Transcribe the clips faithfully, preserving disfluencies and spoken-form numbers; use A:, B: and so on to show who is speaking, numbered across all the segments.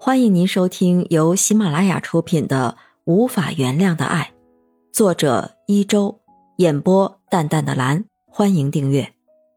A: 欢迎您收听由喜马拉雅出品的《无法原谅的爱》，作者一周，演播淡淡的蓝。欢迎订阅。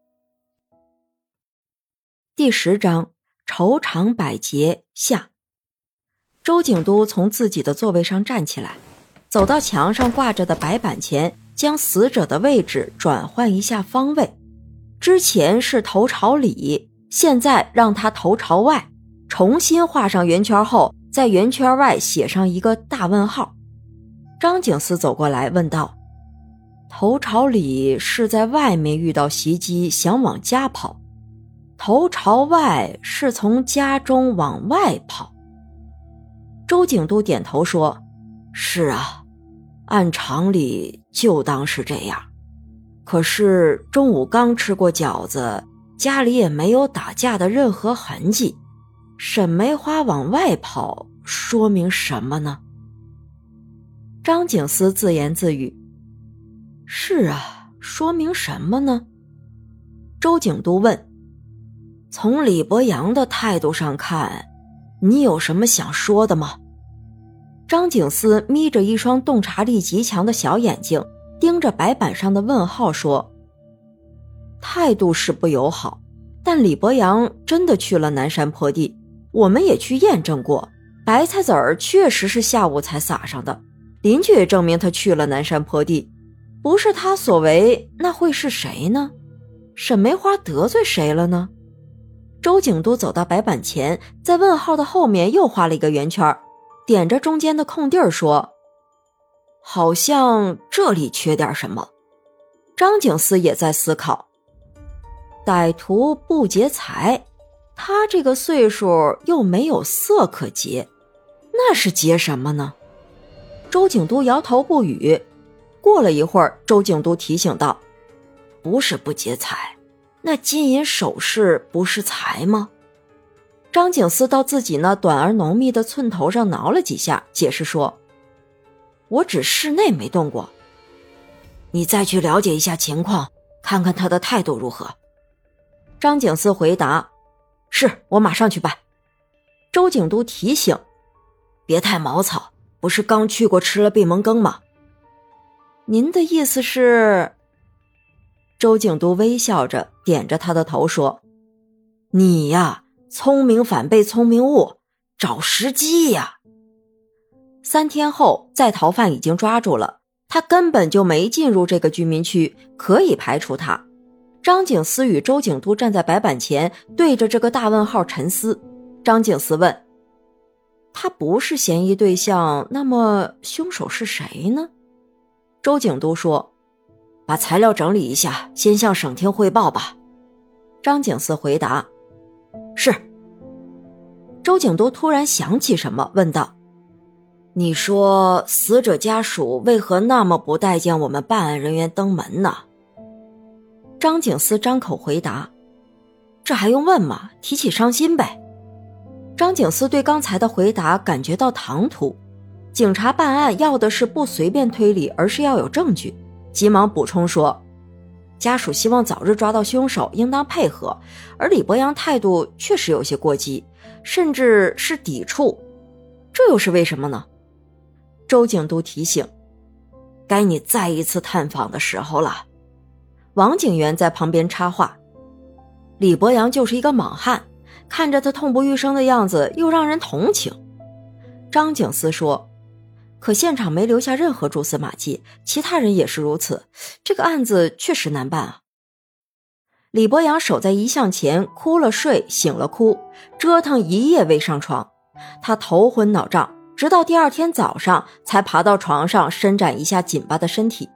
A: 第十章，愁肠百结下。周景都从自己的座位上站起来，走到墙上挂着的白板前，将死者的位置转换一下方位。之前是头朝里，现在让他头朝外，重新画上圆圈后，在圆圈外写上一个大问号。张景思走过来问道：头朝里是在外面遇到袭击，想往家跑，头朝外是从家中往外跑。周景都点头说：是啊，按常理就当是这样。可是中午刚吃过饺子，家里也没有打架的任何痕迹，沈梅花往外跑，说明什么呢？张景思自言自语：是啊，说明什么呢？周景都问：从李博洋的态度上看，你有什么想说的吗？张景思眯着一双洞察力极强的小眼睛，盯着白板上的问号说：态度是不友好，但李博洋真的去了南山坡地，我们也去验证过，白菜籽儿确实是下午才撒上的，邻居也证明他去了南山坡地，不是他所为，那会是谁呢？沈梅花得罪谁了呢？周景都走到白板前，在问号的后面又画了一个圆圈，点着中间的空地儿说：好像这里缺点什么。张景思也在思考，歹徒不劫财，他这个岁数又没有色可劫，那是劫什么呢？周景都摇头不语。过了一会儿，周景都提醒道：不是不劫财，那金银首饰不是财吗？张景思到自己那短而浓密的寸头上挠了几下，解释说：我只室内没动过。你再去了解一下情况，看看他的态度如何。张景思回答：是，我马上去办。周景都提醒：别太毛草，不是刚去过吃了闭门羹吗？您的意思是？周景都微笑着点着他的头说：你呀，聪明反被聪明误，找时机呀。三天后，在逃犯已经抓住了，他根本就没进入这个居民区，可以排除他。张景思与周景都站在白板前，对着这个大问号沉思。张景思问：他不是嫌疑对象，那么凶手是谁呢？周景都说：把材料整理一下，先向省厅汇报吧。张景思回答：是。周景都突然想起什么，问道：你说死者家属为何那么不待见我们办案人员登门呢？张景思张口回答：这还用问吗？提起伤心呗。张景思对刚才的回答感觉到唐突，警察办案要的是不随便推理，而是要有证据，急忙补充说：家属希望早日抓到凶手，应当配合，而李博洋态度确实有些过激，甚至是抵触，这又是为什么呢？周景都提醒：该你再一次探访的时候了。王警员在旁边插话：李博洋就是一个莽汉，看着他痛不欲生的样子，又让人同情。张景思说：可现场没留下任何蛛丝马迹，其他人也是如此，这个案子确实难办啊。李博洋守在遗像前，哭了睡，醒了哭，折腾一夜未上床，他头昏脑胀，直到第二天早上才爬到床上，伸展一下紧巴的身体。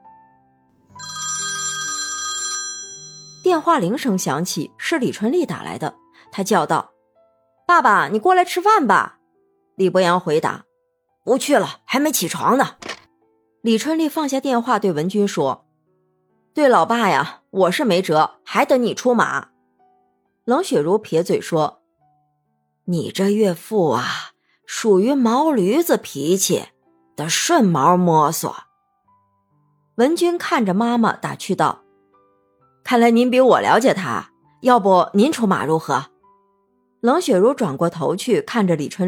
A: 电话铃声响起，是李春丽打来的，她叫道：爸爸，你过来吃饭吧。李博洋回答：不去了，还没起床呢。李春丽放下电话对文军说：对老爸呀，我是没辙，还得你出马。冷雪茹撇嘴说：你这岳父啊，属于毛驴子脾气，得顺毛摸索。文军看着妈妈打趣道：看来您比我了解他，要不您出马如何？冷雪茹转过头去看着李春丽，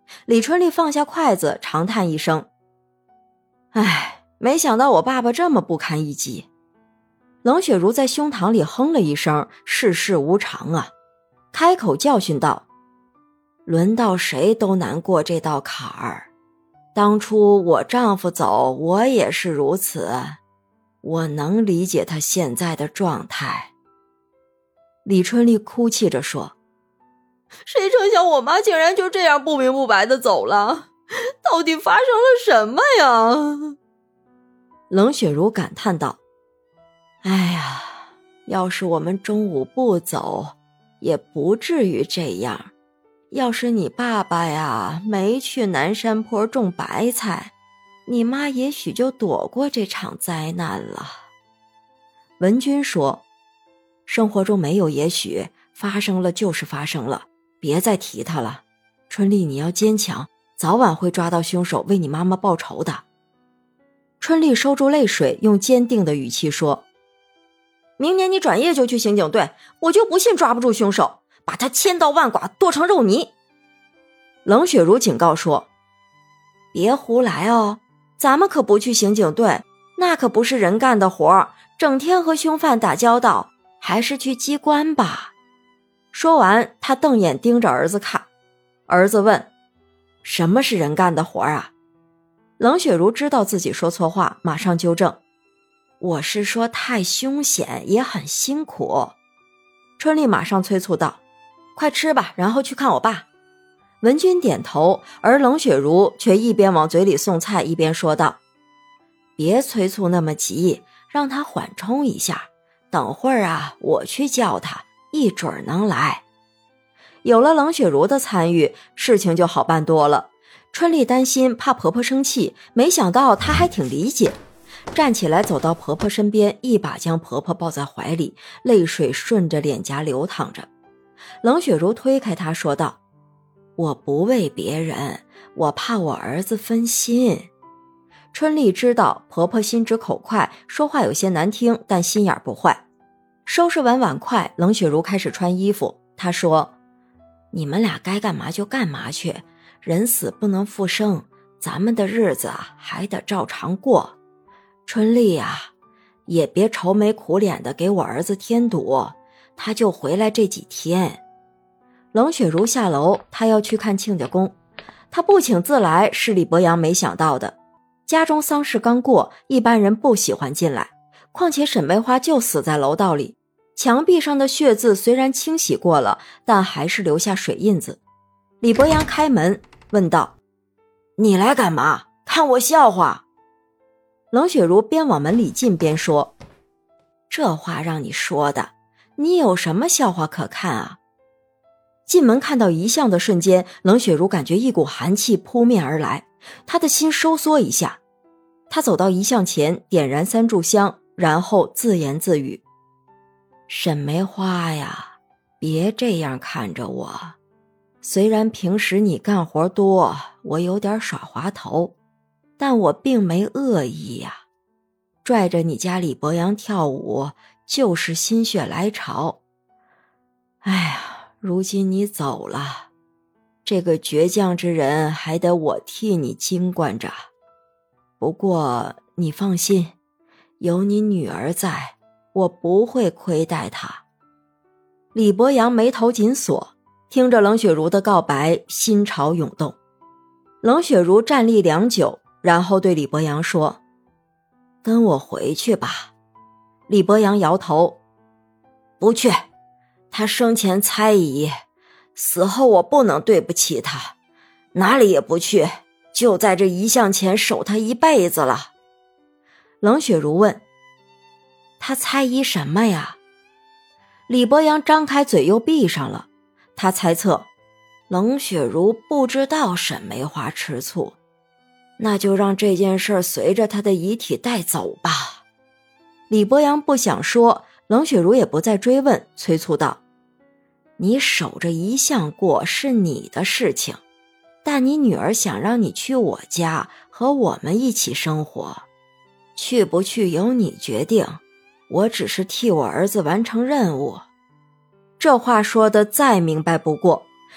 A: 李春丽放下筷子，长叹一声：唉，没想到我爸爸这么不堪一击。冷雪茹在胸膛里哼了一声，世事无常啊，开口教训道：轮到谁都难过这道坎儿，当初我丈夫走，我也是如此，我能理解他现在的状态。李春丽哭泣着说：谁成想我妈竟然就这样不明不白地走了，到底发生了什么呀？冷雪茹感叹道：哎呀，要是我们中午不走，也不至于这样。要是你爸爸呀没去南山坡种白菜，你妈也许就躲过这场灾难了。文君说：生活中没有也许，发生了就是发生了，别再提它了。春丽，你要坚强，早晚会抓到凶手，为你妈妈报仇的。春丽收住泪水，用坚定的语气说：明年你转业就去刑警队，我就不信抓不住凶手，把他千刀万剐，剁成肉泥。冷雪茹警告说：别胡来哦，咱们可不去刑警队，那可不是人干的活，整天和凶犯打交道，还是去机关吧。说完，他瞪眼盯着儿子看。儿子问：什么是人干的活啊？冷雪茹知道自己说错话，马上纠正：我是说太凶险，也很辛苦。春丽马上催促道：快吃吧，然后去看我爸。文君点头，而冷雪茹却一边往嘴里送菜，一边说道：别催促那么急，让他缓冲一下，等会儿啊，我去叫他，一准能来。有了冷雪茹的参与，事情就好办多了。春丽担心怕婆婆生气，没想到她还挺理解，站起来走到婆婆身边，一把将婆婆抱在怀里，泪水顺着脸颊流淌着。冷雪茹推开她说道：我不为别人，我怕我儿子分心。春丽知道婆婆心直口快，说话有些难听，但心眼不坏。收拾完碗筷，冷雪茹开始穿衣服。她说：你们俩该干嘛就干嘛去，人死不能复生，咱们的日子啊还得照常过。春丽啊，也别愁眉苦脸的给我儿子添堵，他就回来这几天。冷雪茹下楼，她要去看亲家公。她不请自来是李博阳没想到的。家中丧事刚过，一般人不喜欢进来，况且沈梅花就死在楼道里，墙壁上的血渍虽然清洗过了，但还是留下水印子。李博阳开门问道：你来干嘛？看我笑话？冷雪茹边往门里进边说：这话让你说的，你有什么笑话可看啊？进门看到遗像的瞬间，冷雪茹感觉一股寒气扑面而来，她的心收缩一下。她走到遗像前，点燃三炷香，然后自言自语：沈梅花呀，别这样看着我，虽然平时你干活多，我有点耍滑头，但我并没恶意呀。拽着你家李博阳跳舞，就是心血来潮。哎呀，如今你走了，这个倔强之人还得我替你经管着。不过你放心，有你女儿在，我不会亏待她。李博阳眉头紧锁，听着冷雪茹的告白，心潮涌动。冷雪茹站立良久，然后对李博阳说：跟我回去吧。李博阳摇头：不去，他生前猜疑，死后我不能对不起他，哪里也不去，就在这遗像前守他一辈子了。冷雪茹问：他猜疑什么呀？李博阳张开嘴又闭上了，他猜测冷雪茹不知道沈梅花吃醋，那就让这件事随着他的遗体带走吧。李博阳不想说，冷雪茹也不再追问，催促道：你守着遗像过是你的事情，但你女儿想让你去我家和我们一起生活，去不去由你决定，我只是替我儿子完成任务。这话说得再明白不过，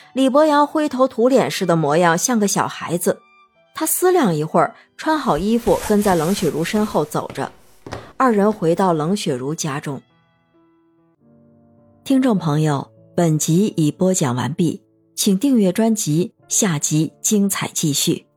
A: 李博洋灰头土脸似的模样像个小孩子。他思量一会儿，穿好衣服跟在冷雪如身后走着。二人回到冷雪如家中。听众朋友，本集已播讲完毕，请订阅专辑，下集精彩继续。